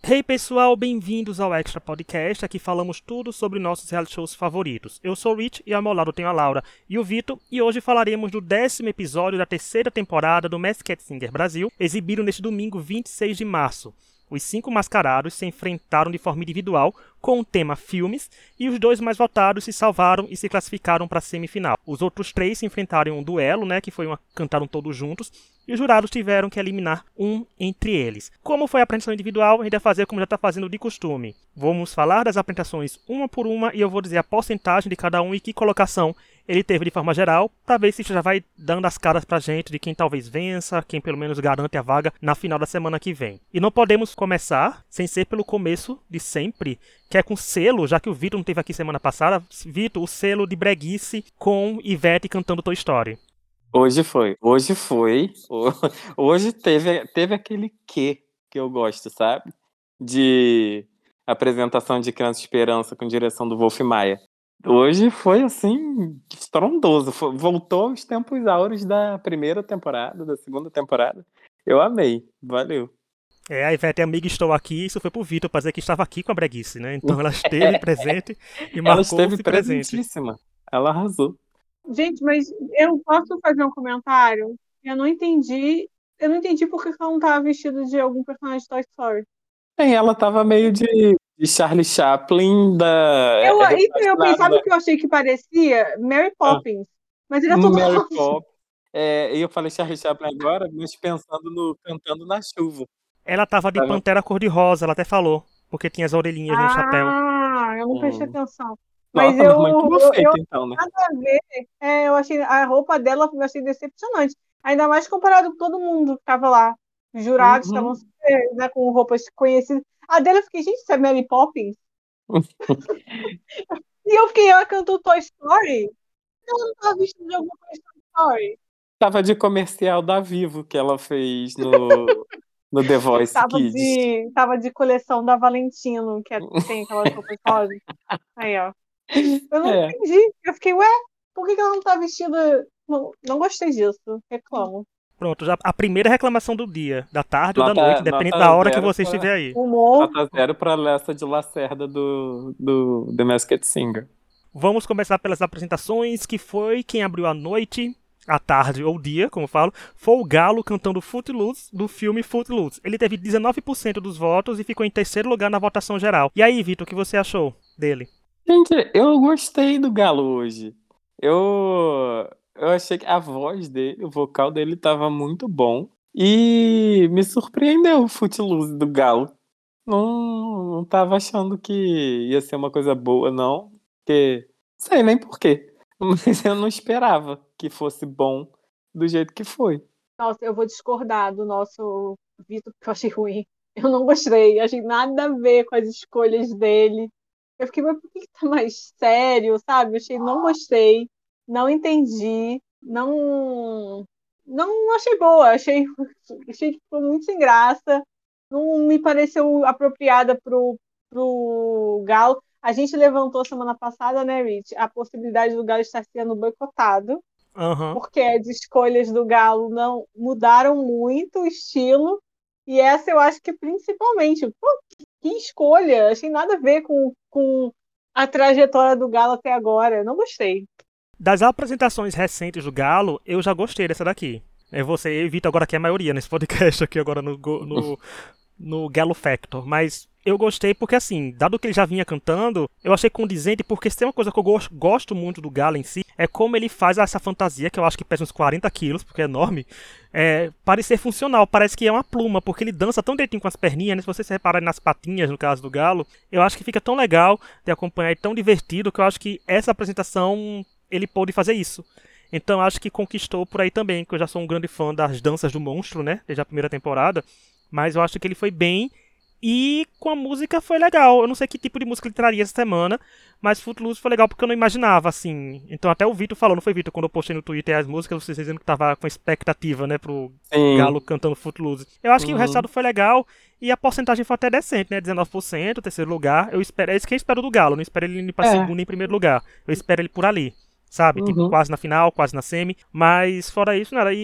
Hey pessoal, bem-vindos ao Extra Podcast, aqui falamos tudo sobre nossos reality shows favoritos. Eu sou o Rich e ao meu lado tenho a Laura e o Vitor, e hoje falaremos do 10º episódio da terceira temporada do Masked Singer Brasil, exibido neste domingo 26 de março. Os 5 mascarados se enfrentaram de forma individual com o tema filmes e os 2 mais votados se salvaram e se classificaram para a semifinal. Os outros 3 se enfrentaram em um duelo, que foi cantaram todos juntos, e os jurados tiveram que eliminar um entre eles. Como foi a apresentação individual, a gente vai fazer como já está fazendo de costume. Vamos falar das apresentações uma por uma e eu vou dizer a porcentagem de cada um e que colocação ele teve de forma geral, para ver se isso já vai dando as caras pra gente de quem talvez vença, quem pelo menos garante a vaga na final da semana que vem. E não podemos começar sem ser pelo começo de sempre, que é com selo, já que o Vitor não esteve aqui semana passada. Vitor, o selo de breguice com Ivete cantando Toy Story. Hoje foi. Hoje teve aquele quê que eu gosto, sabe? De apresentação de Criança Esperança com direção do Wolf Maia. Hoje foi, assim, estrondoso. Voltou aos tempos áureos da primeira temporada, da segunda temporada. Eu amei. Valeu. A Ivete, amiga, estou aqui. Isso foi pro Vitor pra dizer que estava aqui com a breguice, né? Então ela esteve presente e marcou-se Ela esteve presente. presentíssima. Ela arrasou. Gente, mas eu posso fazer um comentário? Eu não entendi por que ela não tava vestida de algum personagem de Toy Story. Bem, ela tava meio de Charlie Chaplin da... Eu pensava que eu achei que parecia Mary Poppins. Mas ele é todo Mary rosa. Poppins. E eu falei Charlie Chaplin agora, mas pensando no Cantando na Chuva. Ela tava de pantera cor-de-rosa, ela até falou, porque tinha as orelhinhas no chapéu. Eu não prestei atenção. Nossa, Mas muito feito, então, né? Nada a ver. Eu achei a roupa dela, eu achei decepcionante. Ainda mais comparado com todo mundo que tava lá. Os jurados estavam super, né, com roupas conhecidas. A dela eu fiquei, gente, isso é Mary Poppins? E eu fiquei, ela cantou Toy Story? Ela não tava vestida de alguma coisa de Toy Story? Tava de comercial da Vivo que ela fez no The Voice Kids. Tava de coleção da Valentino, que tem aquelas roupas rosas. Aí, ó. Eu não entendi. Eu fiquei, por que ela não tá vestida? Não gostei disso. Reclamo. Pronto, já a primeira reclamação do dia, da tarde ou da noite, dependendo da hora que você estiver aí. Nota 0 pra Lessa de Lacerda do The Masked Singer. Vamos começar pelas apresentações, que foi quem abriu a noite, a tarde ou o dia, como eu falo, foi o Galo cantando Footloose, do filme Footloose. Ele teve 19% dos votos e ficou em terceiro lugar na votação geral. E aí, Vitor, o que você achou dele? Gente, eu gostei do Galo hoje. Eu achei que a voz dele, o vocal dele tava muito bom. E me surpreendeu o Footloose do Galo. Não tava achando que ia ser uma coisa boa, não. Porque, não sei nem porquê. Mas eu não esperava que fosse bom do jeito que foi. Nossa, eu vou discordar do nosso Vitor, porque eu achei ruim. Eu não gostei. Achei nada a ver com as escolhas dele. Eu fiquei, mas por que tá mais sério, sabe? Eu achei, não gostei. Não entendi. Não achei boa. Achei que ficou muito sem graça. Não me pareceu apropriada pro Galo. A gente levantou semana passada, né, Rich, a possibilidade do Galo estar sendo boicotado. Porque as escolhas do Galo não mudaram muito o estilo. E essa eu acho que principalmente. Que escolha! Achei nada a ver com a trajetória do Galo até agora. Não gostei. Das apresentações recentes do Galo, eu já gostei dessa daqui. Você e Vitor agora que é a maioria nesse podcast aqui agora no Galo Factor. Mas eu gostei porque, assim, dado que ele já vinha cantando, eu achei condizente, porque se tem uma coisa que eu gosto muito do Galo em si, é como ele faz essa fantasia, que eu acho que pesa uns 40 quilos, porque é enorme, parecer funcional. Parece que é uma pluma, porque ele dança tão direitinho com as perninhas, né? Se você se reparar nas patinhas, no caso do Galo, eu acho que fica tão legal de acompanhar e tão divertido, que eu acho que essa apresentação, ele pôde fazer isso. Então acho que conquistou por aí também, que eu já sou um grande fã das danças do monstro, né? Desde a primeira temporada. Mas eu acho que ele foi bem. E com a música foi legal. Eu não sei que tipo de música ele traria essa semana, mas Footloose foi legal porque eu não imaginava, assim. Então até o Vitor falou, não foi, Vitor? Quando eu postei no Twitter as músicas, vocês dizendo que tava com expectativa, né, pro Galo cantando Footloose. Eu acho que o resultado foi legal e a porcentagem foi até decente, né? 19%, terceiro lugar. Eu espero, é isso que eu espero do Galo. Eu não espero ele ir pra segundo nem primeiro lugar. Eu espero ele por ali, sabe? Tipo, quase na final, quase na semi. Mas fora isso, nada. E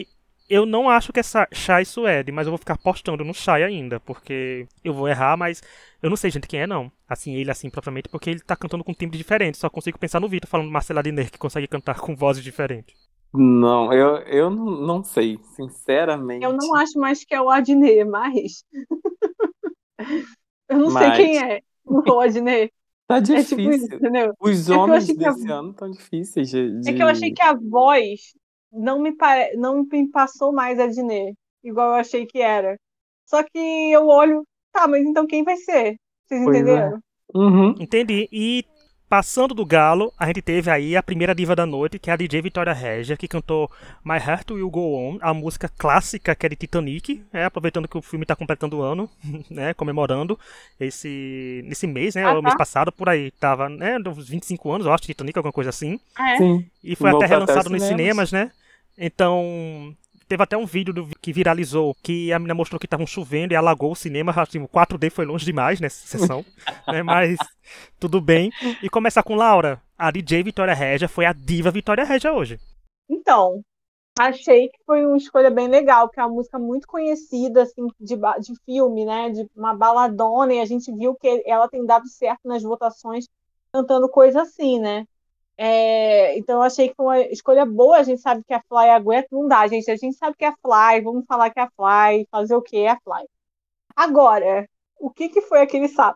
Eu não acho que é Shai Suede, mas eu vou ficar postando no Shai ainda, porque eu vou errar, mas eu não sei, gente, quem é, não. Assim, ele assim, propriamente, porque ele tá cantando com timbre diferente. Só consigo pensar no Vitor falando Marcela Adnet, que consegue cantar com vozes diferentes. Não, eu não sei, Eu não sinceramente. acho mais que é o Adnet, mas eu não sei quem Mas é o Adnet. tá É tipo isso, difícil. entendeu? Os É porque eu homens achei que a, desse ano estão difíceis é que eu achei que a voz não me passou mais a Adnet, igual eu achei que era. Só que eu olho, tá, mas então quem vai ser? Vocês Pois é. entenderam? Uhum. Entendi. E passando do Galo, a gente teve aí a primeira diva da noite, que é a DJ Vitória Regia, que cantou My Heart Will Go On, a música clássica que é de Titanic, aproveitando que o filme está completando o ano, né, comemorando nesse mês, né, Ah, o mês tá. passado, por aí, tava, né, uns 25 anos, eu acho, Titanic, alguma coisa assim, Ah, é? Sim. e foi até Voltou até os relançado nos cinemas. cinemas, né, então... Teve até um vídeo que viralizou que a menina mostrou que estavam chovendo e alagou o cinema. Assim, o 4D foi longe demais nessa sessão, né? Mas tudo bem. E começar com Laura. A DJ Vitória Regia foi a diva Vitória Regia hoje. Então, achei que foi uma escolha bem legal, que é uma música muito conhecida, assim, de filme, né? De uma baladona, e a gente viu que ela tem dado certo nas votações cantando coisa assim, né? Então eu achei que foi uma escolha boa. A gente sabe que a Fly aguenta, não dá, gente. A gente sabe que é a Fly, vamos falar que é a Fly, fazer o que é a Fly. Agora, o que foi aquele sapo?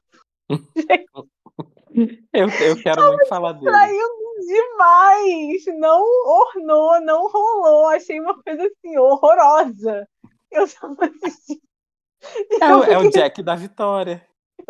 Eu quero muito falar dele. Saiu demais! Não ornou, não rolou. Achei uma coisa assim horrorosa. Eu só assisti. Eu É o fiquei. Jack da Vitória.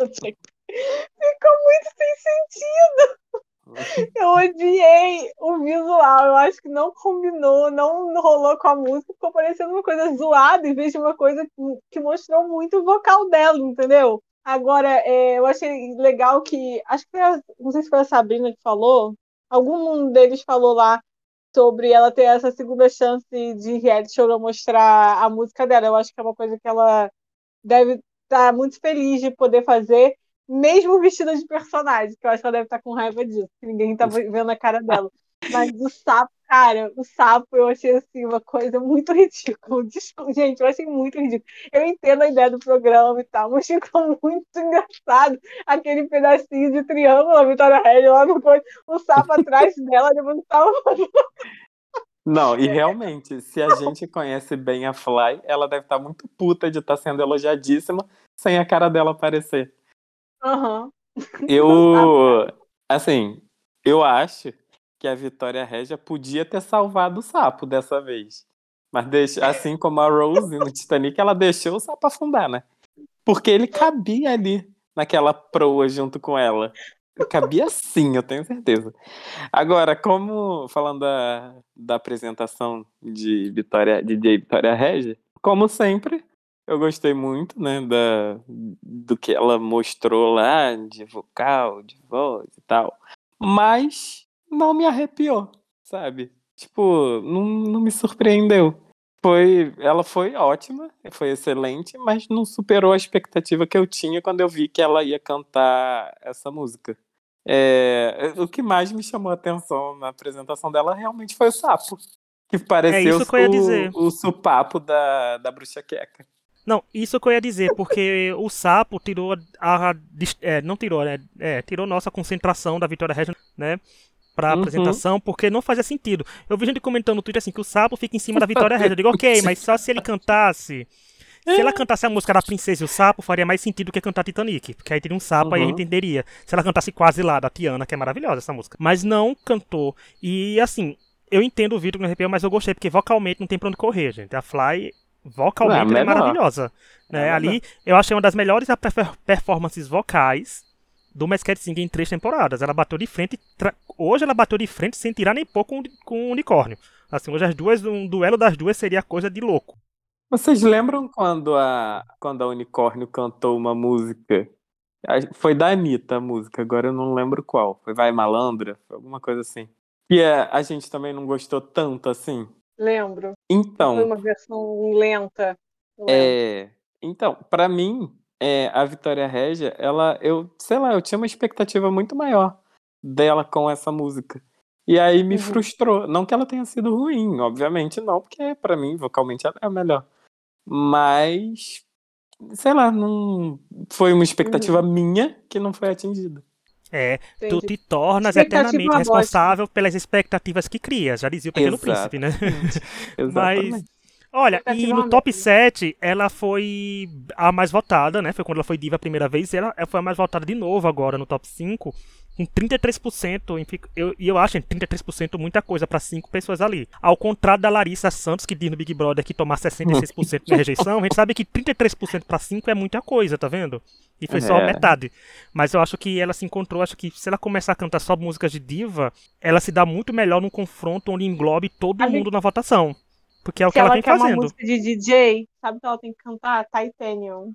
Ficou muito sem sentido. Eu odiei o visual. Eu acho que não combinou, não rolou com a música. Ficou parecendo uma coisa zoada em vez de uma coisa que mostrou muito o vocal dela, entendeu? Agora, eu achei legal que. Acho que não sei se foi a Sabrina que falou. Algum deles falou lá sobre ela ter essa segunda chance de reality show pra mostrar a música dela. Eu acho que é uma coisa que ela deve estar muito feliz de poder fazer, mesmo vestida de personagem, que eu acho que ela deve estar com raiva disso, que ninguém tá vendo a cara dela. Mas o sapo, cara, o sapo eu achei assim uma coisa muito ridícula. Desculpa, gente, eu achei muito ridículo. Eu entendo a ideia do programa e tal, mas ficou muito engraçado aquele pedacinho de triângulo, a Vitória Regia lá no coisa, o sapo atrás dela, depois o sapo. Não, e realmente, se a gente conhece bem a Fly, ela deve estar muito puta de estar sendo elogiadíssima sem a cara dela aparecer. Aham. O sapo. Eu, assim, eu acho que a Vitória Regia podia ter salvado o sapo dessa vez. Mas assim como a Rose no Titanic, ela deixou o sapo afundar, né? Porque ele cabia ali naquela proa junto com ela. Ele cabia sim, eu tenho certeza. Agora, como falando da apresentação de DJ Vitória Regia, como sempre, eu gostei muito, né, do que ela mostrou lá, de vocal, de voz e tal. Mas não me arrepiou, sabe? Tipo, não me surpreendeu. Ela foi ótima, foi excelente, mas não superou a expectativa que eu tinha quando eu vi que ela ia cantar essa música. O que mais me chamou a atenção na apresentação dela realmente foi o sapo, que É pareceu isso que eu ia dizer. o supapo da Bruxa Queca. Não, isso que eu ia dizer, porque o sapo tirou não tirou, né? Tirou nossa concentração da Vitória Regia, né? Pra Uhum. apresentação, porque não fazia sentido. Eu vi gente comentando no Twitter assim que o sapo fica em cima da Vitória Regia. Eu digo, ok, mas só se ele cantasse. Se ela cantasse a música da Princesa e o Sapo, faria mais sentido do que cantar Titanic. Porque aí teria um sapo, aí a gente Uhum. entenderia. Se ela cantasse Quase Lá, da Tiana, que é maravilhosa essa música. Mas não cantou. E assim, eu entendo o vídeo que me arrepiou, mas eu gostei, porque vocalmente não tem pra onde correr, gente. A Fly, Não, vocalmente, ela é melhor. maravilhosa. É Né? melhor. Ali, eu achei uma das melhores performances vocais do Masked Singer em 3 temporadas. Ela bateu de frente. Hoje ela bateu de frente sem tirar nem pouco com o unicórnio. Assim, hoje as duas, um duelo das duas seria coisa de louco. Vocês lembram quando a Unicórnio cantou uma música? Foi da Anitta a música, agora eu não lembro qual. Foi Vai Malandra? Foi alguma coisa assim. E a gente também não gostou tanto assim. Lembro. Que foi Então, uma versão lenta. Eu lembro. é, então, para mim, a Vitória Regia, sei lá, eu tinha uma expectativa muito maior dela com essa música. E aí me Uhum. frustrou. Não que ela tenha sido ruim, obviamente não, porque pra mim, vocalmente, ela é a melhor. Mas, sei lá, não foi uma expectativa minha que não foi atingida. Tu Entendi. te tornas Expectativa eternamente é uma bosta. responsável pelas expectativas que crias, já dizia o Pequeno Príncipe, né? Exatamente. Mas, Exatamente. olha, Expectativa e é no uma top merda. 7, ela foi a mais votada, né? Foi quando ela foi diva a primeira vez, e ela foi a mais votada de novo agora no top 5, com 33%, e eu acho em 33% muita coisa pra 5 pessoas ali. Ao contrário da Larissa Santos, que diz no Big Brother que tomar 66% na rejeição, a gente sabe que 33% pra 5 é muita coisa, tá vendo? E foi só É. metade. Mas eu acho que ela se encontrou, acho que se ela começar a cantar só músicas de diva, ela se dá muito melhor num confronto onde englobe todo Sabe mundo na votação. Porque é o se que ela ela vem quer uma fazendo. música de DJ, sabe o que ela tem que cantar? Titanium.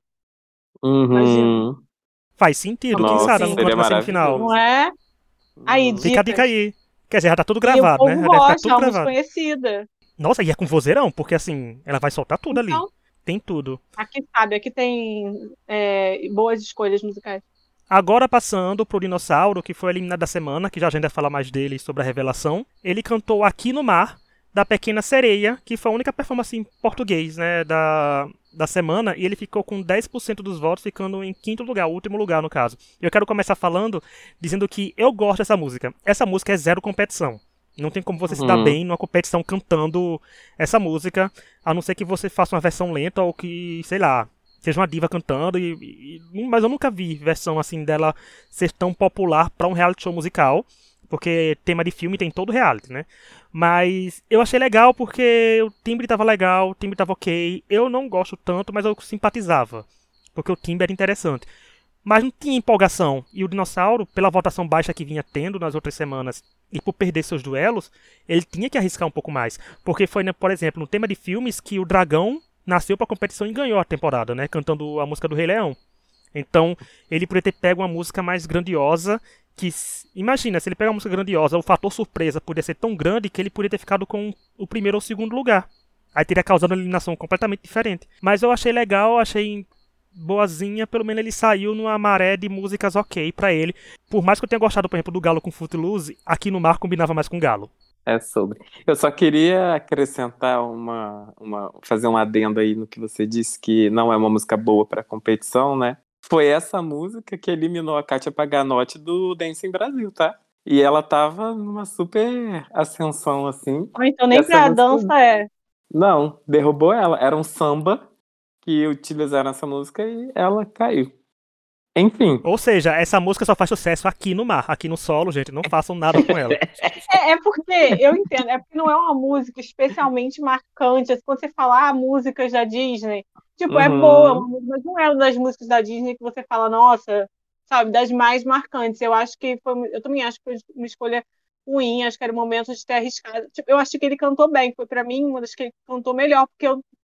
Imagina. Uhum. Faz sentido, Porque quem sabe Nossa, ela não assim, canta seria na semifinal. não maravilhoso. é? Aí, Fica a dica dicas. aí. Quer dizer, já tá tudo E o gravado, né? povo Já deve estar gosta, é tudo uma música gravado. conhecida. Nossa, e é com vozeirão, porque assim, ela vai soltar tudo ali. Então, Tem tudo. aqui sabe, aqui tem boas escolhas musicais. Agora passando pro Dinossauro, que foi eliminado da semana, que já a gente vai falar mais dele sobre a revelação. Ele cantou Aqui no Mar, da Pequena Sereia, que foi a única performance em português, né, da semana, e ele ficou com 10% dos votos, ficando em quinto lugar, último lugar no caso. Eu quero começar falando, dizendo que eu gosto dessa música. Essa música é zero competição. Não tem como você se dar bem numa competição cantando essa música, a não ser que você faça uma versão lenta ou que, sei lá, seja uma diva cantando, mas eu nunca vi versão assim dela ser tão popular pra um reality show musical, porque tema de filme tem todo reality, né? Mas eu achei legal porque o timbre tava legal, o timbre tava ok. Eu não gosto tanto, mas eu simpatizava, porque o timbre era interessante. Mas não tinha empolgação. E o Dinossauro, pela votação baixa que vinha tendo nas outras semanas e por perder seus duelos, ele tinha que arriscar um pouco mais. Porque foi, né, por exemplo, no tema de filmes que o Dragão nasceu pra competição e ganhou a temporada, né? Cantando a música do Rei Leão. Então, ele poderia ter pego uma música mais grandiosa. Imagina, se ele pega uma música grandiosa, o fator surpresa poderia ser tão grande que ele poderia ter ficado com o primeiro ou segundo lugar. Aí teria causado uma eliminação completamente diferente. Mas eu achei legal, achei boazinha, pelo menos ele saiu numa maré de músicas ok pra ele. Por mais que eu tenha gostado, por exemplo, do Galo com Footloose, Aqui no Mar combinava mais com Galo. É sobre. Eu só queria acrescentar fazer um adendo aí no que você disse, que não é uma música boa pra competição, né? Foi essa música que eliminou a Kátia Paganotti do Dance em Brasil, tá? E ela tava numa super ascensão, assim. Ou então E nem essa pra música, dança é. não, derrubou ela. Era um samba que utilizaram essa música e ela caiu. Enfim, Ou seja, essa música só faz sucesso aqui no mar. Aqui no solo, gente, não façam nada com ela. É porque, eu entendo, é porque não é uma música especialmente marcante. Assim, quando você fala, músicas da Disney, tipo, é boa, mas não é uma das músicas da Disney que você fala, nossa, sabe, das mais marcantes. Eu também acho que foi uma escolha ruim, acho que era o momento de ter arriscado. Tipo, eu acho que ele cantou bem, foi pra mim uma das que ele cantou melhor, porque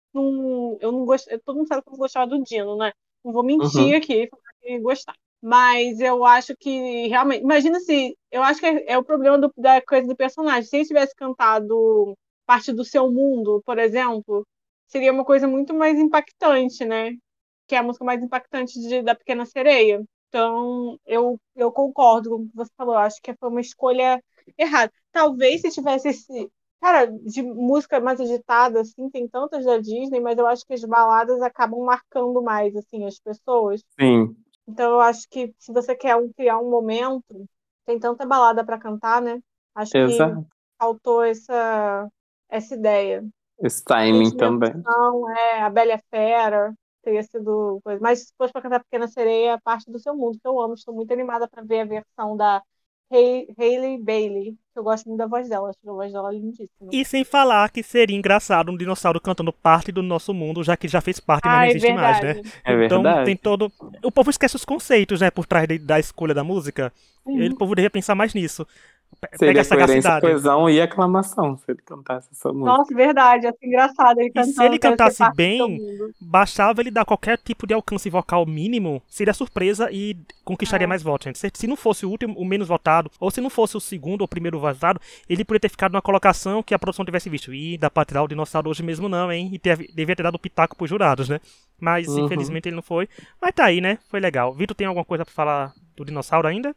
eu não gostei, todo mundo sabe que eu não gostava do Dino, né? Não vou mentir aqui e falar que gostava. Mas eu acho que realmente. Imagina se. Eu acho que é o problema da coisa do personagem. Se ele tivesse cantado Parte do Seu Mundo, por exemplo, seria uma coisa muito mais impactante, né? Que é a música mais impactante da Pequena Sereia. Então, eu concordo com o que você falou. Eu acho que foi uma escolha errada. Talvez se tivesse esse. Cara, de música mais agitada, assim, tem tantas da Disney, mas eu acho que as baladas acabam marcando mais, assim, as pessoas. sim, Então, eu acho que se você quer criar um momento, tem tanta balada para cantar, né? Acho que exato. faltou essa ideia. Esse timing também. Sentimentação, a Bela e a Fera, teria sido coisa. Mas se fosse para cantar Pequena Sereia, é parte do seu mundo, que eu amo. Estou muito animada para ver a versão da Hailey Bailey, que eu gosto muito da voz dela. Acho que a voz dela é lindíssima. E sem falar que seria engraçado um dinossauro cantando parte do nosso mundo, já que já fez parte, mas não É existe mais, né? verdade. É Então verdade. tem todo. O povo esquece os conceitos, né? Por trás da escolha da música. O povo deveria pensar mais nisso. Pega Seria essa coerência, sagacidade. coesão e aclamação se ele cantasse essa música. Nossa, verdade. Assim, engraçado ele E se cantando ele Quero Ser cantasse Parte do Seu bem, Mundo. bastava ele dar qualquer tipo de alcance vocal mínimo, seria surpresa e conquistaria mais votos, gente. Se não fosse o último, o menos votado, ou se não fosse o segundo ou primeiro votado, ele poderia ter ficado numa colocação que a produção tivesse visto. Ih, dá pra tirar o dinossauro hoje mesmo não, hein? E devia ter dado o pitaco pros jurados, né? Mas infelizmente ele não foi. Mas tá aí, né? Foi legal. Vitor, tem alguma coisa pra falar do dinossauro ainda?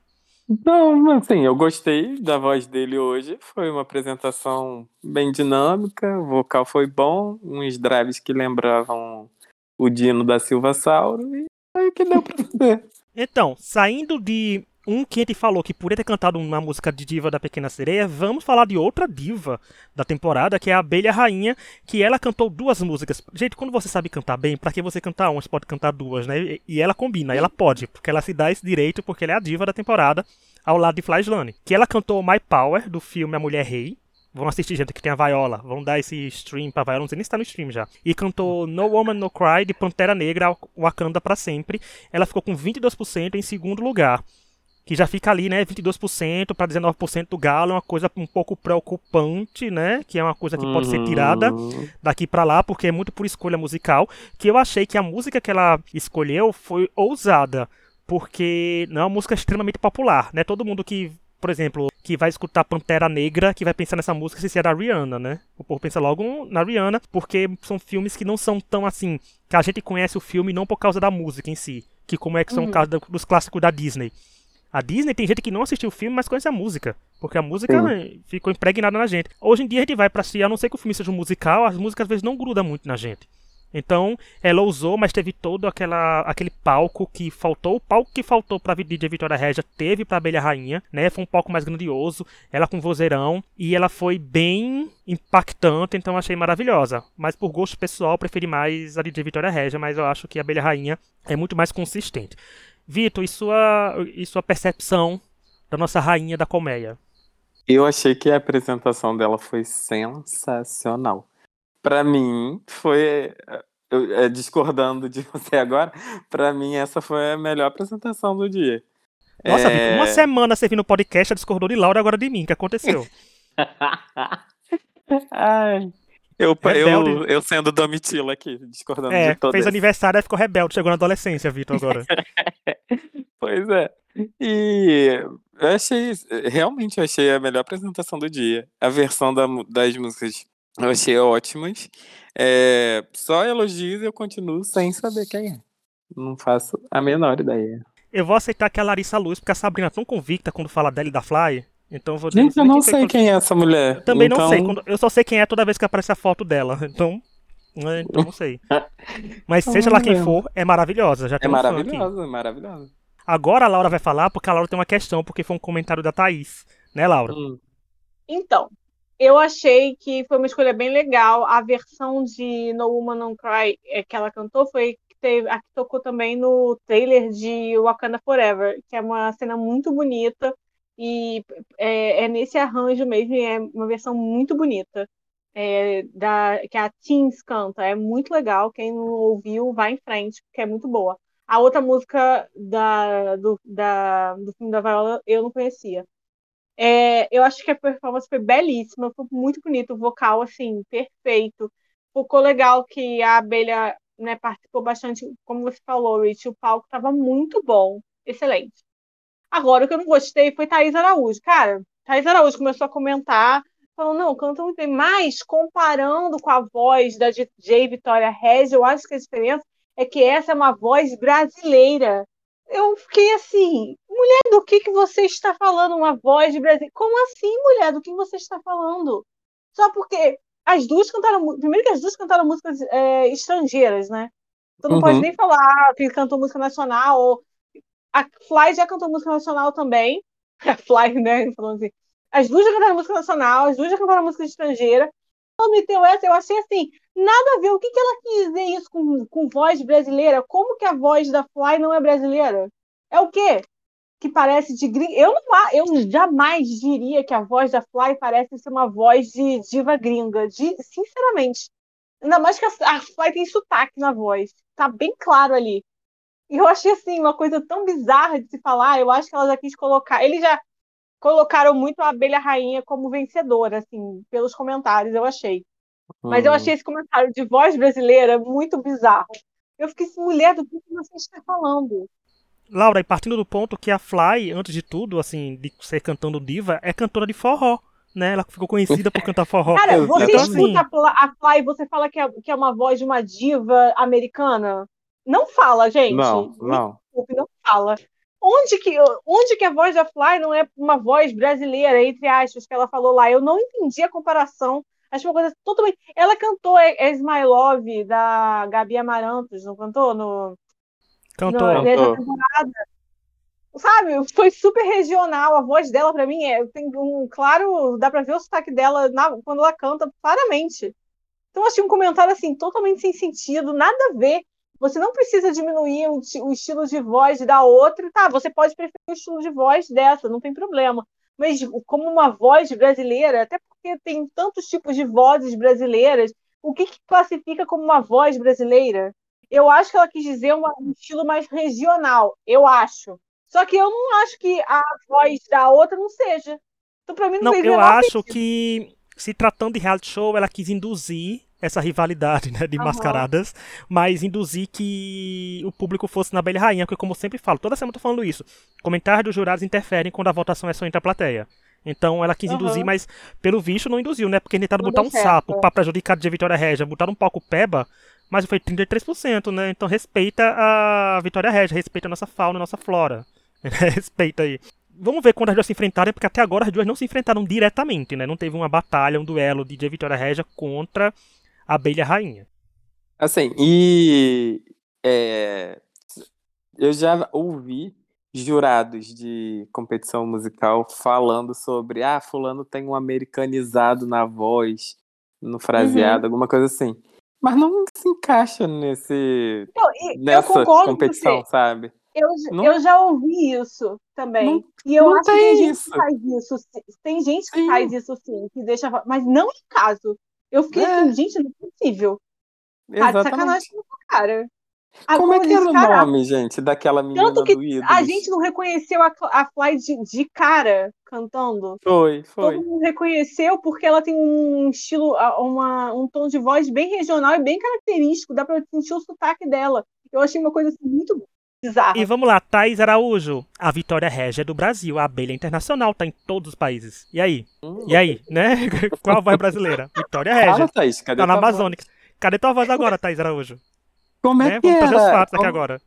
Então, assim, eu gostei da voz dele hoje. Foi uma apresentação bem dinâmica, o vocal foi bom, uns drives que lembravam o Dino da Silva Sauro, e foi o que deu pra fazer. Então, saindo de um que a gente falou que poderia ter cantado uma música de diva da Pequena Sereia, vamos falar de outra diva da temporada, que é a Abelha Rainha, que ela cantou duas músicas. Gente, quando você sabe cantar bem, pra que você cantar uma? Você pode cantar duas, né? E ela combina, ela pode, porque ela se dá esse direito, porque ela é a diva da temporada, ao lado de Fly Slane. Que ela cantou My Power, do filme A Mulher Rei. Vão assistir, gente, que tem a Viola. Vão dar esse stream pra Viola, não sei nem se tá no stream já. E cantou No Woman No Cry, de Pantera Negra, Wakanda pra sempre. Ela ficou com 22% em segundo lugar. Que já fica ali, né, 22% para 19% do Galo, é uma coisa um pouco preocupante, né, que é uma coisa que pode ser tirada daqui pra lá, porque é muito por escolha musical, que eu achei que a música que ela escolheu foi ousada, porque não é uma música extremamente popular, né, todo mundo que, por exemplo, que vai escutar Pantera Negra, que vai pensar nessa música se é da Rihanna, né, o povo pensa logo na Rihanna, porque são filmes que não são tão assim, que a gente conhece o filme não por causa da música em si, que como é que são casos dos clássicos da Disney. A Disney tem gente que não assistiu o filme, mas conhece a música. Porque a música ficou impregnada na gente. Hoje em dia a gente vai pra assistir, a não ser que o filme seja um musical, as músicas às vezes não grudam muito na gente. Então, ela usou, mas teve todo aquele palco que faltou. O palco que faltou pra DJ Vitória Regia teve pra Abelha Rainha, né? Foi um palco mais grandioso, ela com vozeirão, e ela foi bem impactante, então achei maravilhosa. Mas por gosto pessoal, eu preferi mais a DJ Vitória Regia, mas eu acho que a Abelha Rainha é muito mais consistente. Vitor, e sua percepção da nossa rainha da colmeia? Eu achei que a apresentação dela foi sensacional. Pra mim, foi. Discordando de você agora, pra mim essa foi a melhor apresentação do dia. Nossa, Vitor, uma semana você vindo no podcast, ela discordou de Laura e agora de mim. O que aconteceu? Ai, Rebelde. eu sendo Domitila aqui, discordando de todas. Fez aniversário e ficou rebelde. Chegou na adolescência, Vitor, agora. Pois é. E eu achei, realmente eu achei a melhor apresentação do dia. A versão das músicas eu achei ótimas. Só elogios e eu continuo sem saber quem é. Não faço a menor ideia. Eu vou aceitar que é a Larissa Luz, porque a Sabrina é tão convicta quando fala dela e da Fly. Então eu vou dizer. Gente, eu não sei quem é essa mulher. Eu também não sei. Eu só sei quem é toda vez que aparece a foto dela. Então não sei. Mas seja lá quem for, é maravilhosa. Já tem maravilhosa, é maravilhosa. Agora a Laura vai falar, porque a Laura tem uma questão, porque foi um comentário da Thaís. Né, Laura? Então, eu achei que foi uma escolha bem legal. A versão de No Woman No Cry que ela cantou foi a que tocou também no trailer de Wakanda Forever, que é uma cena muito bonita. E é nesse arranjo mesmo, é uma versão muito bonita. Que a Teens canta, é muito legal. Quem não ouviu, vai em frente, porque é muito boa. A outra música do filme da Viola eu não conhecia. Eu acho que a performance foi belíssima, foi muito bonito, o vocal, assim, perfeito. Ficou legal que a Abelha, né, participou bastante, como você falou, Rich, o palco estava muito bom, excelente. Agora, o que eu não gostei foi Thaís Araújo. Cara, Thaís Araújo começou a comentar, falando, não, canta muito bem, mas comparando com a voz da DJ Vitória Regia, eu acho que a diferença é que essa é uma voz brasileira. Eu fiquei assim, mulher, do que você está falando? Uma voz de Brasil? Como assim, mulher? Do que você está falando? Só porque as duas cantaram, primeiro que as duas cantaram músicas estrangeiras, né? Tu não pode nem falar que cantou música nacional, ou a Fly já cantou música nacional também. A Fly, né? Falando assim. As duas já cantaram música nacional, as duas já cantaram música estrangeira. Ela meteu essa, eu achei assim, nada a ver. O que ela quis dizer isso com voz brasileira? Como que a voz da Fly não é brasileira? É o quê? Que parece de gringa. Eu jamais diria que a voz da Fly parece ser uma voz de diva gringa. Sinceramente. Ainda mais que a Fly tem sotaque na voz. Tá bem claro ali. E eu achei assim, uma coisa tão bizarra de se falar. Eu acho que ela já quis colocar. Eles já colocaram muito a Abelha Rainha como vencedora, assim, pelos comentários, eu achei. Mas eu achei esse comentário de voz brasileira muito bizarro. Eu fiquei assim, mulher, do que você está falando? Laura, e partindo do ponto que a Fly, antes de tudo, assim, de ser cantando diva, é cantora de forró, né? Ela ficou conhecida por cantar forró. Cara, você então, escuta a Fly e você fala que é uma voz de uma diva americana? Não fala, gente. Não. Desculpe, não fala. onde que a voz da Fly não é uma voz brasileira, entre aspas, que ela falou lá? Eu não entendi a comparação. Acho uma coisa totalmente. Ela cantou As My Love, da Gabi Amarantos, não cantou? Cantou. Nessa temporada. Sabe? Foi super regional. A voz dela, pra mim, tem claro, dá pra ver o sotaque dela quando ela canta claramente. Então, achei um comentário assim, totalmente sem sentido, nada a ver. Você não precisa diminuir o estilo de voz da outra. Tá, você pode preferir o estilo de voz dessa, não tem problema. Mas como uma voz brasileira, até porque tem tantos tipos de vozes brasileiras, o que classifica como uma voz brasileira? Eu acho que ela quis dizer um estilo mais regional, eu acho. Só que eu não acho que a voz da outra não seja. Então, pra mim, não fez eu menor acho sentido. que, se tratando de reality show, ela quis induzir essa rivalidade, né, de mascaradas, mas induzir que o público fosse na Abelha Rainha, porque como eu sempre falo, toda semana eu tô falando isso, comentários dos jurados interferem quando a votação é só entre a plateia. Então ela quis induzir, mas pelo visto não induziu, né, porque tentaram botar um sapo pra prejudicar a Vitória Regia, botaram um palco peba, mas foi 33%, né, então respeita a Vitória Regia, respeita a nossa fauna, a nossa flora, respeita aí. Vamos ver quando as duas se enfrentarem, porque até agora as duas não se enfrentaram diretamente, né, não teve uma batalha, um duelo de Vitória Regia contra a Abelha Rainha. Assim, eu já ouvi jurados de competição musical falando sobre fulano tem um americanizado na voz, no fraseado, alguma coisa assim. Mas não se encaixa nessa competição, sabe? Eu já ouvi isso também. E eu acho que tem gente que faz isso. Tem gente que faz isso sim, que deixa. Mas não em caso. Eu fiquei assim, gente, não é possível. Tá de sacanagem com a cara. Como é que era o nome, gente, daquela menina tanto que do Ídolos? A gente não reconheceu a Fly de cara cantando. Foi. Todo mundo reconheceu porque ela tem um estilo, um tom de voz bem regional e bem característico. Dá pra sentir o sotaque dela. Eu achei uma coisa assim, muito bizarra. E vamos lá, Thaís Araújo. A Vitória Regia é do Brasil. A Abelha Internacional tá em todos os países. E aí? E aí, né? Qual a voz brasileira? Vitória Regia. Fala, Thaís, cadê tá na Amazônica. Cadê tua voz agora, Thaís Araújo? Como é que Vamos era? trazer os fatos aqui agora.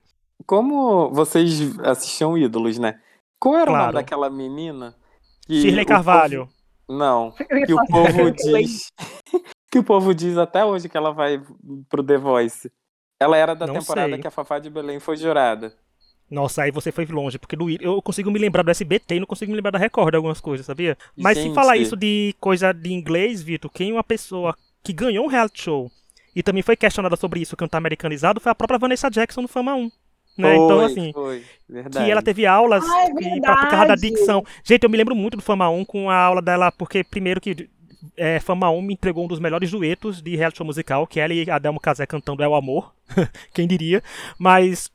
Como vocês assistiam Ídolos, né? Qual era o nome daquela menina? Shirley Carvalho. Não, que o povo diz... que o povo diz até hoje que ela vai pro The Voice. Ela era da temporada que a Fafá de Belém foi jurada. Nossa, aí você foi longe, porque eu consigo me lembrar do SBT e não consigo me lembrar da Record, algumas coisas, sabia? Mas se falar isso de coisa de inglês, Vitor, quem é uma pessoa que ganhou um reality show e também foi questionada sobre isso, cantar americanizado, foi a própria Vanessa Jackson no Fama 1. Né? Então, assim, que ela teve aulas por causa da dicção. Gente, eu me lembro muito do Fama 1 com a aula dela, porque primeiro que Fama 1 me entregou um dos melhores duetos de reality show musical, que ela e Adelmo Casé cantando É o Amor, quem diria, mas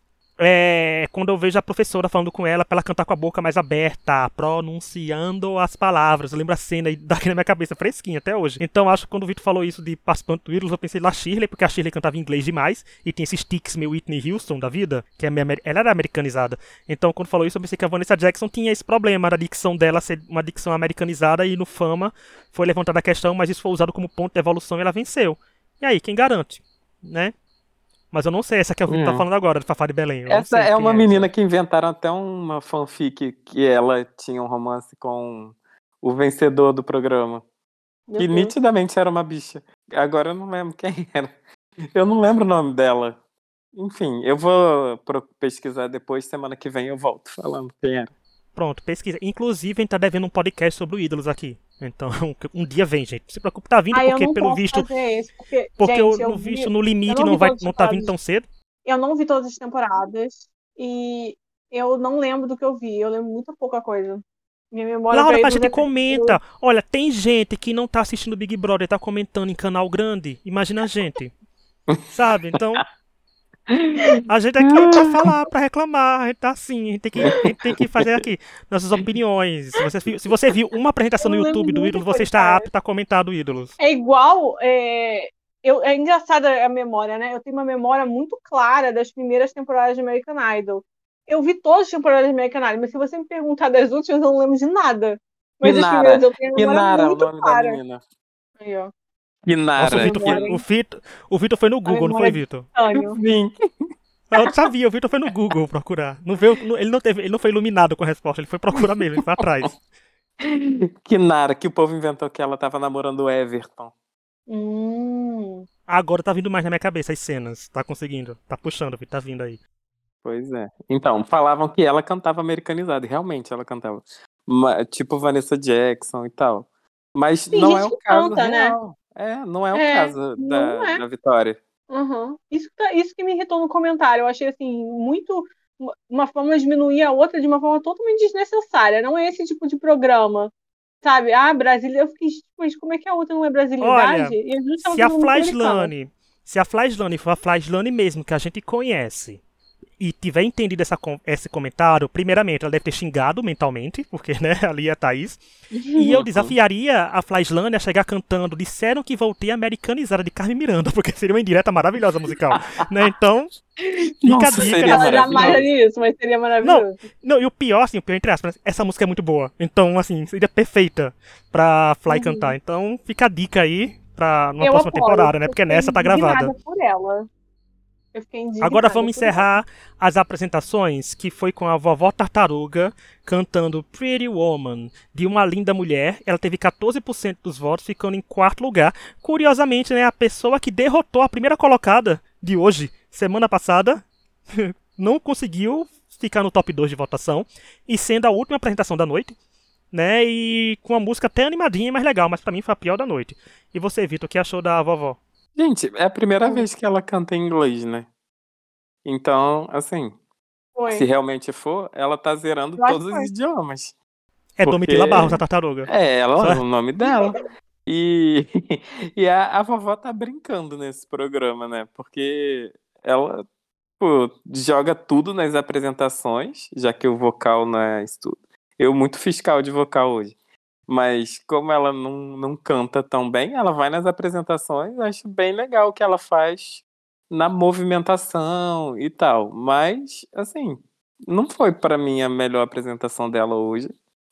quando eu vejo a professora falando com ela pra ela cantar com a boca mais aberta, pronunciando as palavras, eu lembro a cena daqui na minha cabeça, fresquinha até hoje. Então acho que quando o Vitor falou isso de participante do Ídolos, eu pensei na Shirley, porque a Shirley cantava em inglês demais, e tem esses tics meio Whitney Houston da vida, que ela era americanizada. Então quando falou isso, eu pensei que a Vanessa Jackson tinha esse problema da dicção dela ser uma dicção americanizada, e no Fama foi levantada a questão, mas isso foi usado como ponto de evolução e ela venceu. E aí, quem garante? Né? Mas eu não sei essa que a Vitor tá falando agora, de Fafá de Belém. Essa é uma menina que inventaram até uma fanfic que ela tinha um romance com o vencedor do programa. Que nitidamente era uma bicha. Agora eu não lembro quem era. Eu não lembro o nome dela. Enfim, eu vou pesquisar depois, semana que vem eu volto falando quem era. Pronto, pesquisa. Inclusive, a gente tá devendo um podcast sobre o Ídolos aqui. Então, um dia vem, gente. Não se preocupe, tá vindo, porque pelo visto. Porque no visto, no limite, não tá vindo tão cedo. Eu não vi todas as temporadas. E eu não lembro do que eu vi. Eu lembro muito pouca coisa. Minha memória. Laura, a gente comenta. Olha, tem gente que não tá assistindo Big Brother, tá comentando em canal grande. Imagina a gente. Sabe? Então. A gente aqui é pra falar, pra reclamar, a gente tá assim, a gente tem que fazer aqui nossas opiniões. Se você viu uma apresentação no YouTube do Ídolo, você está apto a comentar do Ídolos. É igual, é engraçada a memória, né? Eu tenho uma memória muito clara das primeiras temporadas de American Idol. Eu vi todas as temporadas de American Idol, mas se você me perguntar das últimas, eu não lembro de nada. Mas as primeiras eu tenho uma memória muito clara. Aí, ó. Nossa, o Vitor foi no Google, não foi, Vitor? Sim. Eu sabia, o Vitor foi no Google procurar. Não veio, ele não foi iluminado com a resposta, ele foi procurar mesmo, ele foi atrás. Que Nara, que o povo inventou que ela tava namorando o Everton. Agora tá vindo mais na minha cabeça as cenas. Tá conseguindo. Tá puxando, Vitor, tá vindo aí. Pois é. Então, falavam que ela cantava americanizado. E realmente ela cantava. Tipo Vanessa Jackson e tal. Mas Tem não gente é o que caso canta, né? real. Não é o caso Não é. da Vitória. Uhum. Isso que me irritou no comentário. Eu achei assim, muito. Uma forma de diminuir a outra de uma forma totalmente desnecessária. Não é esse tipo de programa. Sabe? Ah, Brasília. Eu fiquei, mas como é que a outra não é brasilidade? Olha, E as duas estão se a usando música americana. Se a Flyslane for a Flyslane mesmo, que a gente conhece, e tiver entendido esse comentário, primeiramente, ela deve ter xingado mentalmente, porque, né, ali é a Thaís. E eu desafiaria a Flyslane a chegar cantando Disseram que voltei americanizada de Carmen Miranda, porque seria uma indireta maravilhosa musical. Né? Então, fica Nossa, a dica. seria Ela jamais maravilhoso. faria isso, mas seria maravilhoso. Não, e o pior, assim, o pior entre aspas, essa música é muito boa. Então, assim, seria perfeita pra Fly cantar. Então, fica a dica aí pra numa Eu próxima apoio, temporada, né? eu Porque fiquei nessa tá gravada. indignada por ela. Eu fiquei indignada Agora vamos por ela. encerrar as apresentações, que foi com a vovó Tartaruga cantando Pretty Woman, de Uma Linda Mulher. Ela teve 14% dos votos, ficando em quarto lugar. Curiosamente, né, a pessoa que derrotou a primeira colocada de hoje, semana passada, não conseguiu ficar no top 2 de votação, e sendo a última apresentação da noite, né, e com a música até animadinha e mais legal, mas pra mim foi a pior da noite. E você, Vitor, o que achou da vovó? Gente, é a primeira vez que ela canta em inglês, né? Então, assim, se Foi. realmente for, ela tá zerando Eu acho todos que os foi. idiomas. É Porque Domitila Barros, a tartaruga. ela, Só- o nome dela. E, e a vovó tá brincando nesse programa, né? Porque ela, pô, joga tudo nas apresentações, já que o vocal não é estudo. Eu muito fiscal de vocal hoje. Mas como ela não canta tão bem, ela vai nas apresentações, acho bem legal o que ela faz na movimentação e tal. Mas, assim, não foi pra mim a melhor apresentação dela hoje.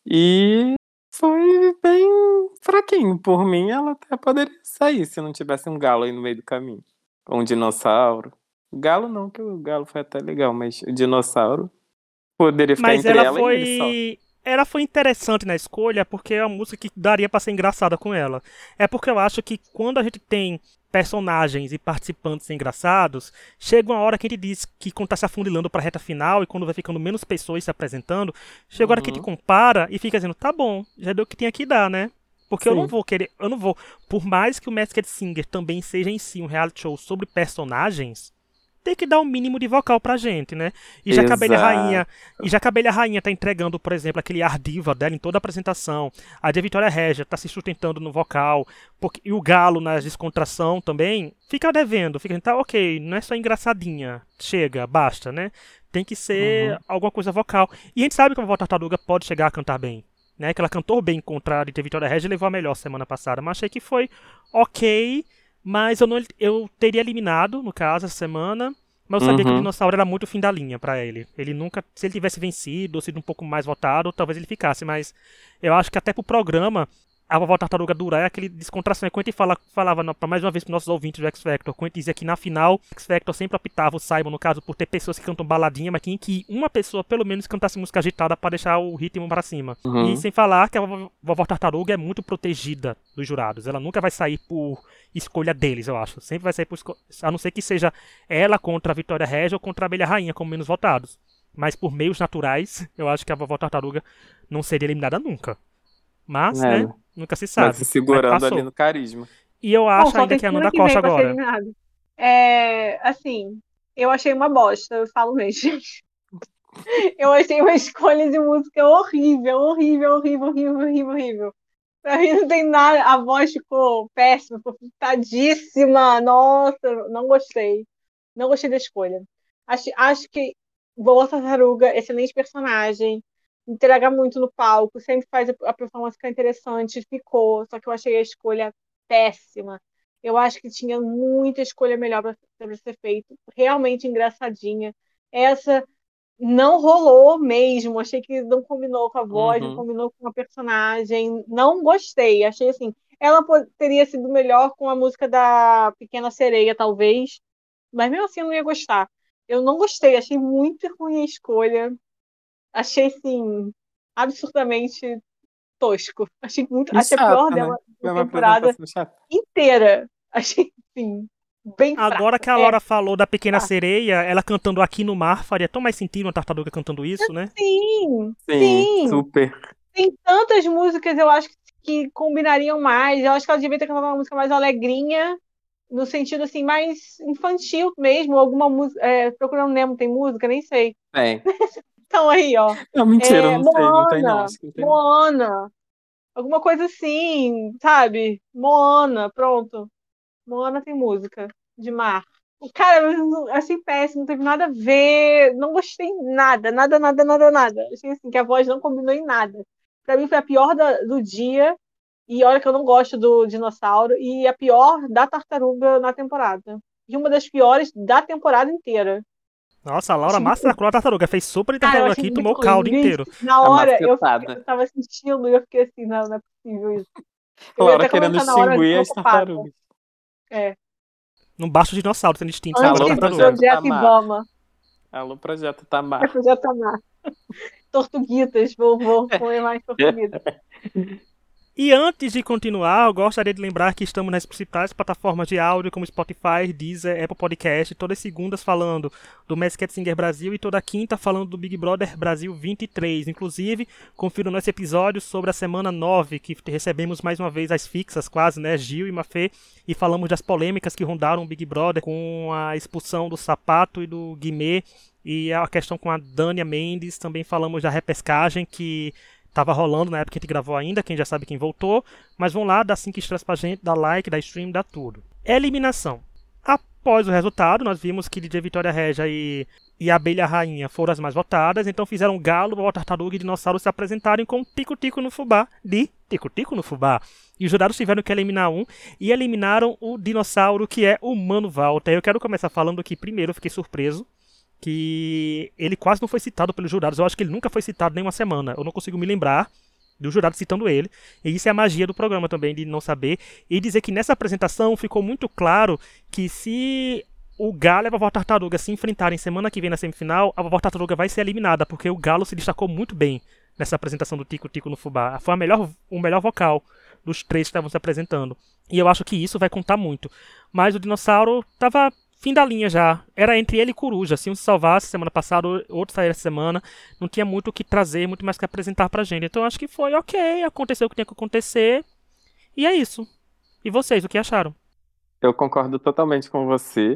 E foi bem fraquinho. Por mim, ela até poderia sair se não tivesse um galo aí no meio do caminho. Ou um dinossauro. Galo não, que o galo foi até legal, mas o dinossauro poderia ficar Mas entre ela e ele só. ela foi interessante na escolha porque é uma música que daria pra ser engraçada com ela. É porque eu acho que quando a gente tem personagens e participantes engraçados, chega uma hora que a gente diz que quando tá se afundilando pra reta final e quando vai ficando menos pessoas se apresentando, chega a hora que a gente compara e fica dizendo, tá bom, já deu o que tinha que dar, né? Porque eu não Sim. vou querer, eu não vou, por mais que o Masked Singer também seja em si um reality show sobre personagens, tem que dar um mínimo de vocal pra gente, né? E já que a Abelha Rainha, tá entregando, por exemplo, aquele ar diva dela em toda a apresentação, a de Vitória Regia tá se sustentando no vocal, e o Galo na descontração também, fica devendo, tá ok, não é só engraçadinha, chega, basta, né? Tem que ser alguma coisa vocal. E a gente sabe que a vovó Tartaruga pode chegar a cantar bem, né? Que ela cantou bem contra a de Vitória Regia e levou a melhor semana passada, mas achei que foi ok. Mas eu teria eliminado, no caso, essa semana. Mas eu sabia que o dinossauro era muito o fim da linha pra ele. Ele nunca. Se ele tivesse vencido ou sido um pouco mais votado, talvez ele ficasse. Mas eu acho que até pro programa, a vovó Tartaruga durar é aquele descontração. É quando a gente falava mais uma vez pros nossos ouvintes do X Factor. Quando a gente dizia que na final, o X Factor sempre optava o Simon, no caso, por ter pessoas que cantam baladinha, mas tinha que uma pessoa, pelo menos, cantasse música agitada pra deixar o ritmo pra cima. E sem falar que a vovó Tartaruga é muito protegida dos jurados. Ela nunca vai sair por escolha deles, eu acho. Sempre vai sair a não ser que seja ela contra a Vitória Regia ou contra a Abelha Rainha, como menos votados. Mas por meios naturais, eu acho que a vovó Tartaruga não seria eliminada nunca. Mas, né, nunca se sabe. Vai se segurando ali no carisma. E eu acho ainda que é a Nanda Costa agora. Assim, eu achei uma bosta, eu falo mesmo. Eu achei uma escolha de música horrível, horrível, horrível, horrível, horrível, horrível. Pra mim não tem nada, a voz ficou péssima, ficou fitadíssima, nossa, não gostei. Não gostei da escolha. Acho que Boa Tartaruga, excelente personagem, entrega muito no palco, sempre faz a performance ficar interessante, ficou, só que eu achei a escolha péssima. Eu acho que tinha muita escolha melhor para ser feito, realmente engraçadinha. Essa não rolou mesmo, achei que não combinou com a voz, não combinou com a personagem, não gostei, achei assim, ela teria sido melhor com a música da Pequena Sereia, talvez, mas mesmo assim eu não ia gostar. Eu não gostei, achei muito ruim a escolha. Achei, assim, absurdamente tosco. E Achei a pior chata, né? dela É da uma temporada apresentação chata. inteira. Achei, assim, bem Agora fraca. que a Laura falou da Pequena Fraca. Sereia, ela cantando Aqui no Mar, faria tão mais sentido uma tartaruga cantando isso, né? Sim, Sim, sim. super. Tem tantas músicas, eu acho que combinariam mais. Eu acho que ela devia ter cantado uma música mais alegrinha, no sentido assim, mais infantil mesmo. Alguma música. Procurando Nemo tem música, nem sei. Bem. Então aí, ó. Não, mentira, não sei, não tem não. Moana, Acho que não tem não. Moana. Alguma coisa assim, sabe? Moana, pronto. Moana tem música de mar. Cara, eu achei péssimo, não teve nada a ver. Não gostei nada, nada, nada, nada, nada. Achei assim que a voz não combinou em nada. Pra mim foi a pior do dia. E olha que eu não gosto do dinossauro. E a pior da tartaruga na temporada. E uma das piores da temporada inteira. Nossa, a Laura Achei muito, massacrou a tartaruga, fez sopa de cara, eu tartaruga achei aqui e muito tomou o caldo ruim. Gente, inteiro. na A hora macietada. eu tava assistindo e eu fiquei assim, não, não é possível isso. Eu ia Laura até querendo comentar na hora, mas eu extinguir tava as ocupada. tartarugas. É. Não basta o dinossauro sendo extinto, agora a Antes Alô, do tartaruga. Projeto Projeto Tamar. Ibama. Alô, Projeto É Tamar. Projeto Amar. Tortuguitas, vou comer mais tortuguitas. E antes de continuar, eu gostaria de lembrar que estamos nas principais plataformas de áudio como Spotify, Deezer, Apple Podcast, todas as segundas falando do Masked Singer Brasil e toda quinta falando do Big Brother Brasil 23. Inclusive, confira o nosso episódio sobre a semana 9, que recebemos mais uma vez as fixas quase, né, Gil e Mafê, e falamos das polêmicas que rondaram o Big Brother com a expulsão do Sapato e do Guimê e a questão com a Dânia Mendes. Também falamos da repescagem que tava rolando na época que a gente gravou ainda, quem já sabe quem voltou. Mas vão lá, dá 5 estrelas pra gente, dá like, dá stream, dá tudo. Eliminação. Após o resultado, nós vimos que DJ Vitória Regia e a Abelha Rainha foram as mais votadas, então fizeram Galo, Boa Tartaruga e Dinossauro se apresentarem com Tico-Tico no Fubá de Tico-Tico no Fubá. E os jurados tiveram que eliminar um e eliminaram o dinossauro, que é o Mano Walter. Eu quero começar falando que, primeiro, eu fiquei surpreso que ele quase não foi citado pelos jurados. Eu acho que ele nunca foi citado nem uma semana. Eu não consigo me lembrar do jurado citando ele. E isso é a magia do programa também, de não saber. E dizer que nessa apresentação ficou muito claro que se o Galo e a Vovó Tartaruga se enfrentarem semana que vem na semifinal, a Vovó Tartaruga vai ser eliminada, porque o Galo se destacou muito bem nessa apresentação do Tico Tico no Fubá. Foi o melhor vocal dos três que estavam se apresentando. E eu acho que isso vai contar muito. Mas o Dinossauro tava fim da linha já. Era entre ele e Coruja. Se um se salvasse semana passada, outro sair essa semana. Não tinha muito o que trazer, muito mais o que apresentar pra gente. Então acho que foi ok, aconteceu o que tinha que acontecer. E é isso. E vocês, o que acharam? Eu concordo totalmente com você.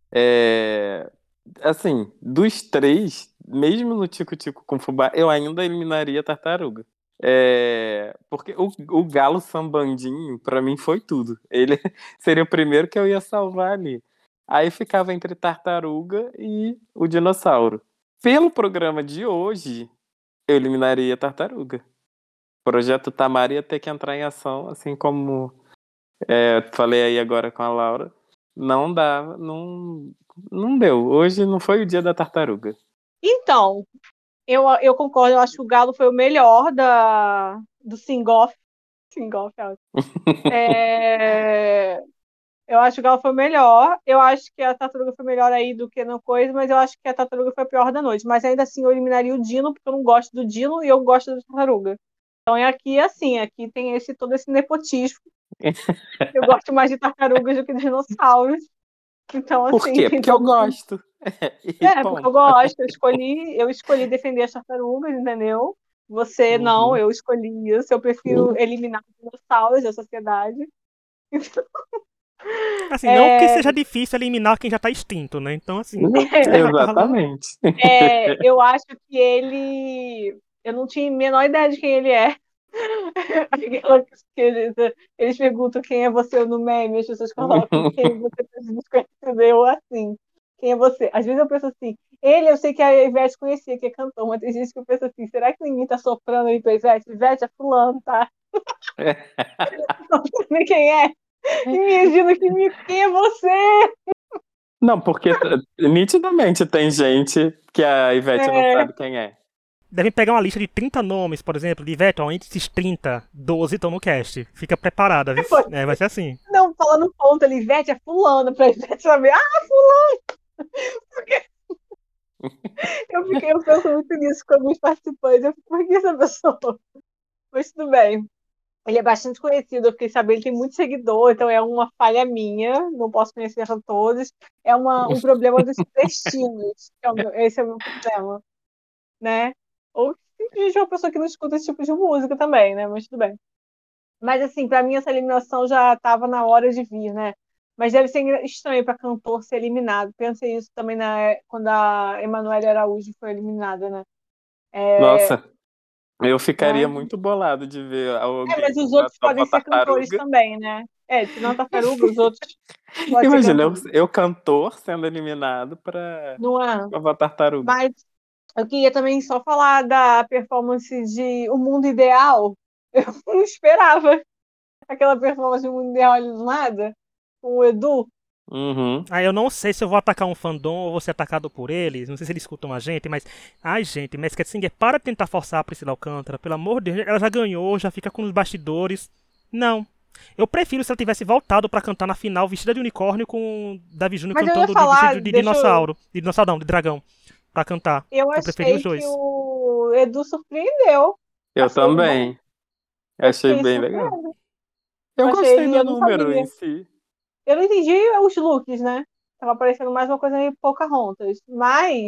Assim, dos três, mesmo no Tico-Tico com Fubá, eu ainda eliminaria a Tartaruga. Porque o Galo Sambandinho, pra mim, foi tudo. Ele seria o primeiro que eu ia salvar ali. Aí ficava entre Tartaruga e o Dinossauro. Pelo programa de hoje, eu eliminaria a Tartaruga. O Projeto Tamar ia ter que entrar em ação, assim como falei aí agora com a Laura. Não dava, não deu. Hoje não foi o dia da Tartaruga. Então, eu concordo, eu acho que o Galo foi o melhor do Sing-Off. Sing-Off, é ótimo. Eu acho que o Galo foi o melhor. Eu acho que a Tartaruga foi melhor aí do que no coisa, mas eu acho que a Tartaruga foi a pior da noite. Mas ainda assim eu eliminaria o Dino, porque eu não gosto do Dino e eu gosto da Tartaruga. Então aqui assim, aqui tem todo esse nepotismo. Eu gosto mais de tartarugas do que de dinossauros. Então, Por assim, quê? tem Porque eu todo. gosto. Porque eu gosto. Eu escolhi defender as tartarugas, entendeu? Você não, Uhum. eu escolhi isso. Eu prefiro eliminar os dinossauros da sociedade. Assim, não que seja difícil eliminar quem já tá extinto, né? Então, assim, quem já tá lá. Exatamente. Eu acho que ele. Eu não tinha a menor ideia de quem ele é. Eles perguntam quem é você no meme, as pessoas colocam quem você é desconhecido, eu assim, quem é você? Às vezes eu penso assim, eu sei que a Ivete conhecia, que é cantor, mas tem gente que eu penso assim, será que ninguém tá soprando aí pra Ivete? Ivete é fulano, tá? Não sei quem é. Imagina quem é você? Não, porque nitidamente tem gente que a Ivete não sabe quem é. Devem pegar uma lista de 30 nomes, por exemplo, de Ivete, ó, entre esses 30, 12 estão no cast. Fica preparada, viu? Vai ser assim. Não, falando ponto ali, Ivete é fulano, pra Ivete saber, fulano! Porque Eu penso muito nisso com alguns participantes. Eu fico, por que essa pessoa? Mas tudo bem. Ele é bastante conhecido, eu fiquei sabendo, ele tem muito seguidor, então é uma falha minha, não posso conhecer a todos. É um problema dos destinos. Esse é o meu problema, né? Ou simplesmente uma pessoa que não escuta esse tipo de música também, né? Mas tudo bem. Mas assim, pra mim essa eliminação já estava na hora de vir, né? Mas deve ser estranho para cantor ser eliminado. Pensei isso também quando a Emanuele Araújo foi eliminada, né? Nossa, eu Né? ficaria muito bolado de ver alguém Mas os na outros podem Nova ser cantores Tartaruga. também, né? Tirando a tartaruga, os outros podem ser Imagina, cantores. eu cantor sendo eliminado pra Não é? Nova Tartaruga. Mas eu queria também só falar da performance de O Mundo Ideal. Eu não esperava aquela performance de O Mundo Ideal ali do nada, com o Edu. Uhum. Eu não sei se eu vou atacar um fandom ou vou ser atacado por eles. Não sei se eles escutam a gente, mas. Ai, gente, Masked Singer, para de tentar forçar a Priscila Alcântara. Pelo amor de Deus, ela já ganhou, já fica com os bastidores. Não. Eu prefiro se ela tivesse voltado pra cantar na final vestida de unicórnio com Davi Júnior Mas eu ia cantando de falar, vestido de dinossauro. De dinossauro não, de dragão. Pra cantar. eu Eu preferi os achei que dois. o Edu surpreendeu. Eu Achei ele bom. também. Eu Achei fiquei bem legal. surpresa. Eu Achei gostei ele, do eu não número em sabia. si. Eu não entendi os looks, né? Tava parecendo mais uma coisa meio Pocahontas. Mas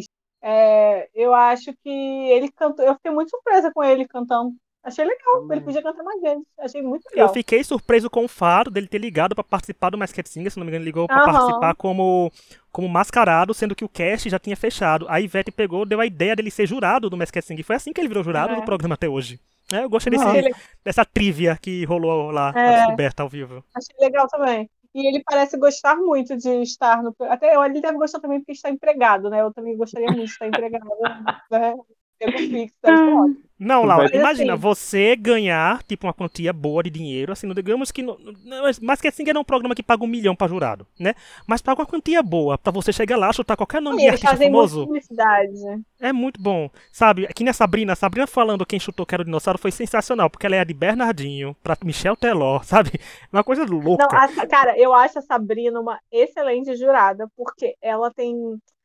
eu acho que ele cantou. Eu fiquei muito surpresa com ele cantando. Achei legal. Ele Também. podia cantar mais vezes. Achei muito Eu legal. fiquei surpreso com o fato dele ter ligado pra participar do Masked Singer, se não me engano, ele ligou pra participar Aham. como mascarado, sendo que o cast já tinha fechado. A Ivete pegou, deu a ideia dele ser jurado do Masked Singer. Foi assim que ele virou jurado do É. programa até hoje. Eu gostei Achei, Nossa. dessa trivia que rolou lá, a é, descoberta ao vivo. achei legal também. E ele parece gostar muito de estar no. Até ele deve gostar também porque está empregado, né? Eu também gostaria muito de estar empregado, né? Tempo fixo, deve ser ótimo. Não, Laura, Vai... Mas imagina assim, você ganhar, tipo, uma quantia boa de dinheiro, assim, não digamos que. Masked Singer é um programa que paga 1 milhão pra jurado, né? Mas paga uma quantia boa pra você chegar lá, chutar qualquer nome de eles artista fazem muita famoso. publicidade. É muito bom. Sabe, aqui na Sabrina falando quem chutou que era o dinossauro foi sensacional, porque ela é de Bernardinho pra Michel Teló, sabe? Uma coisa Não, louca. cara, eu acho a Sabrina uma excelente jurada, porque ela tem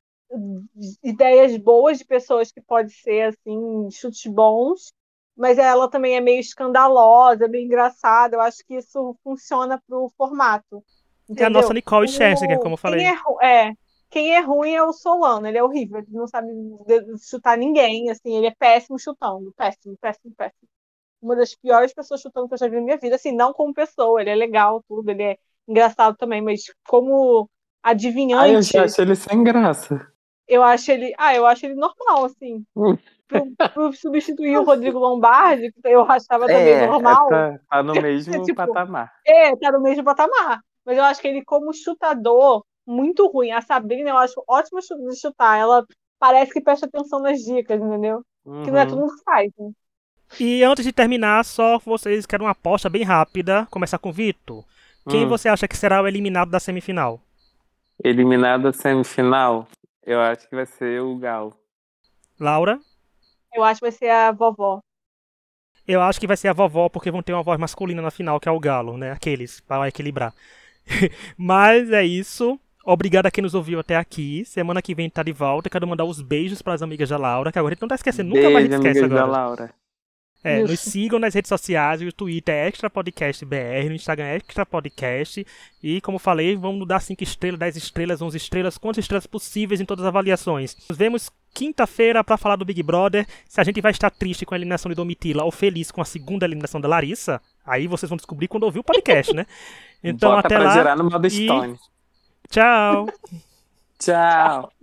ideias boas de pessoas que pode ser assim, chutes bons, mas ela também é meio escandalosa, meio engraçada. Eu acho que isso funciona pro formato, É a nossa entendeu? Nicole Scherzinger, como eu falei. Quem é ruim é o Solano, ele é horrível, ele não sabe chutar ninguém, assim, ele é péssimo chutando, péssimo, péssimo, péssimo. Uma das piores pessoas chutando que eu já vi na minha vida, assim, não como pessoa, ele é legal, tudo, ele é engraçado também, mas como Ai, eu já adivinhante, achei ele sem graça. eu acho ele normal, assim. Pro substituir o Rodrigo Lombardi, que eu achava também normal, Tá no mesmo tipo, patamar. tá no mesmo patamar. Mas eu acho que ele, como chutador, muito ruim. A Sabrina, eu acho ótima de chutar. Ela parece que presta atenção nas dicas, entendeu? Que não é todo Uhum. mundo que faz, né? E antes de terminar, só vocês querem uma aposta bem rápida. Começar com o Vitor. Quem Hum. você acha que será o eliminado da semifinal? Eliminado a semifinal, eu acho que vai ser o Gal. Laura? Eu acho que vai ser a vovó. Eu acho que vai ser a vovó, porque vão ter uma voz masculina na final, que é o Galo, né? Aqueles, para equilibrar. Mas é isso. Obrigado a quem nos ouviu até aqui. Semana que vem tá de volta. Quero mandar os beijos para as amigas da Laura, que agora a gente não tá esquecendo. Nunca mais a Beijo, gente esquece amigas da agora. Laura. Nos sigam nas redes sociais, o Twitter é Extra Podcast BR, no Instagram é Extra Podcast. E como falei, vamos dar 5 estrelas, 10 estrelas, 11 estrelas, quantas estrelas possíveis em todas as avaliações. Nos vemos quinta-feira para falar do Big Brother. Se a gente vai estar triste com a eliminação de Domitila ou feliz com a segunda eliminação da Larissa, aí vocês vão descobrir quando ouvir o podcast, né? Então Bota até pra lá gerar no modo e Stone. tchau! Tchau.